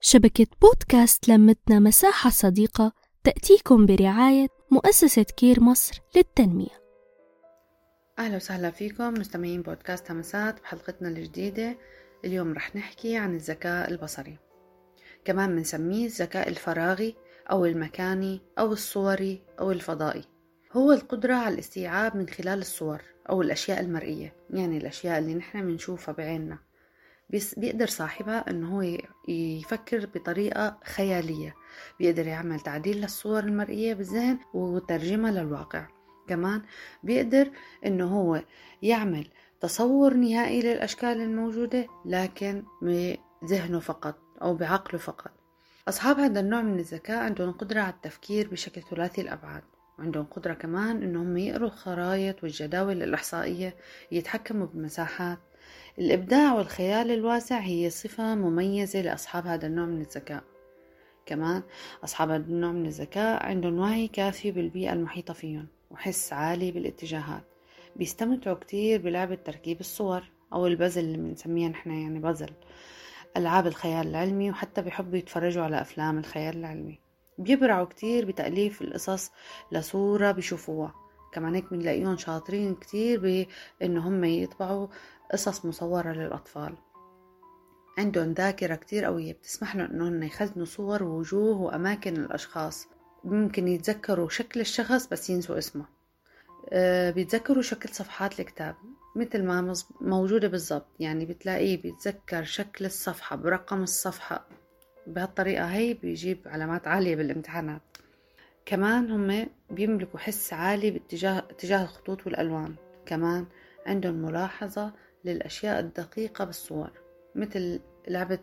شبكة بودكاست لمتنا مساحة صديقة تأتيكم برعاية مؤسسة كير مصر للتنمية. أهلا وسهلا فيكم مستمعين بودكاست همسات. بحلقتنا الجديدة اليوم رح نحكي عن الذكاء البصري، كمان بنسميه الذكاء الفراغي أو المكاني أو الصوري أو الفضائي. هو القدرة على الاستيعاب من خلال الصور أو الأشياء المرئية، يعني الأشياء اللي نحن بنشوفها بعيننا. بيقدر صاحبها أنه هو يفكر بطريقة خيالية، بيقدر يعمل تعديل للصور المرئية بالذهن وترجمها للواقع. كمان بيقدر أنه هو يعمل تصور نهائي للأشكال الموجودة لكن بذهنه فقط أو بعقله فقط. أصحاب هذا النوع من الذكاء عندهم قدرة على التفكير بشكل ثلاثي الأبعاد، وعندهم قدرة كمان أنهم يقروا الخرائط والجداول الإحصائية، يتحكموا بالمساحات. الإبداع والخيال الواسع هي صفة مميزة لأصحاب هذا النوع من الذكاء. كمان أصحاب هذا النوع من الذكاء عندهم وعي كافي بالبيئة المحيطة فيهم وحس عالي بالاتجاهات. بيستمتعوا كتير بلعبة تركيب الصور أو البازل اللي بنسميها نحن، يعني بازل، ألعاب الخيال العلمي، وحتى بيحبوا يتفرجوا على أفلام الخيال العلمي. بيبرعوا كتير بتأليف القصص لصورة بيشوفوها. كمان هيك بنلاقيهم شاطرين كتير بأنه هم يطبعوا قصص مصورة للأطفال. عندهم ذاكرة كتير قوية بتسمح لهم أنهم يخزنوا صور ووجوه وأماكن الأشخاص. ممكن يتذكروا شكل الشخص بس ينسوا اسمه. بيتذكروا شكل صفحات الكتاب مثل ما موجودة بالضبط، يعني بتلاقيه بيتذكر شكل الصفحة برقم الصفحة. بهالطريقة هي بيجيب علامات عالية بالامتحانات. كمان هم بيملكوا حس عالي تجاه الخطوط والألوان. كمان عندهم ملاحظة للأشياء الدقيقة بالصور، مثل لعبة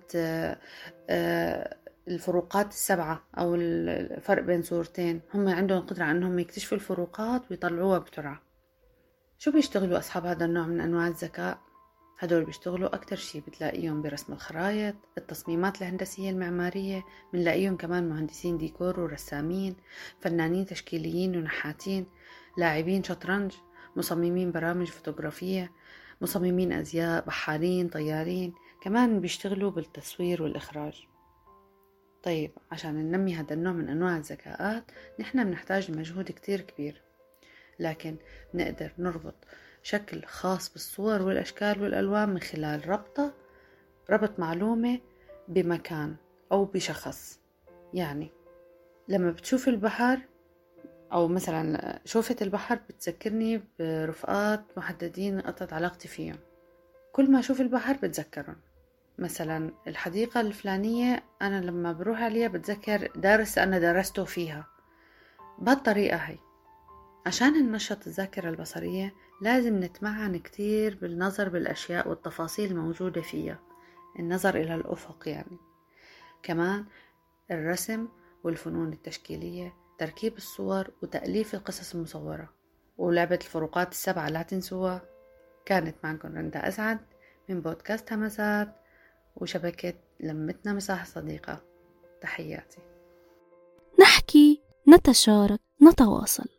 الفروقات السبعة أو الفرق بين صورتين. هم عندهم قدرة على أنهم يكتشفوا الفروقات ويطلعوها بسرعة. شو بيشتغلوا أصحاب هذا النوع من أنواع الذكاء؟ هدول بيشتغلوا أكتر شي بتلاقيهم برسم الخرائط، التصميمات الهندسية المعمارية. بنلاقيهم كمان مهندسين ديكور ورسامين، فنانين تشكيليين ونحاتين، لاعبين شطرنج، مصممين برامج فوتوغرافية، مصممين أزياء، بحارين، طيارين. كمان بيشتغلوا بالتصوير والإخراج. طيب، عشان ننمي هذا النوع من أنواع الذكاءات نحن بنحتاج مجهود كتير كبير، لكن نقدر نربط شكل خاص بالصور والأشكال والألوان من خلال ربط معلومة بمكان أو بشخص. يعني لما بتشوف البحر أو مثلا شوفة البحر بتذكرني برفقات محددين قطعت علاقتي فيهم. كل ما أشوف البحر بتذكرهم. مثلا الحديقة الفلانية أنا لما بروح عليها بتذكر درس أنا درسته فيها. بهالطريقة هي. عشان ننشط الذاكرة البصرية لازم نتمعن كتير بالنظر بالأشياء والتفاصيل الموجودة فيها، النظر إلى الأفق يعني. كمان الرسم والفنون التشكيلية، تركيب الصور وتأليف القصص المصورة، ولعبة الفروقات السبعة لا تنسوها. كانت معكم رندا أسعد من بودكاست همسات وشبكة لمتنا مساحة صديقة. تحياتي. نحكي، نتشارك، نتواصل.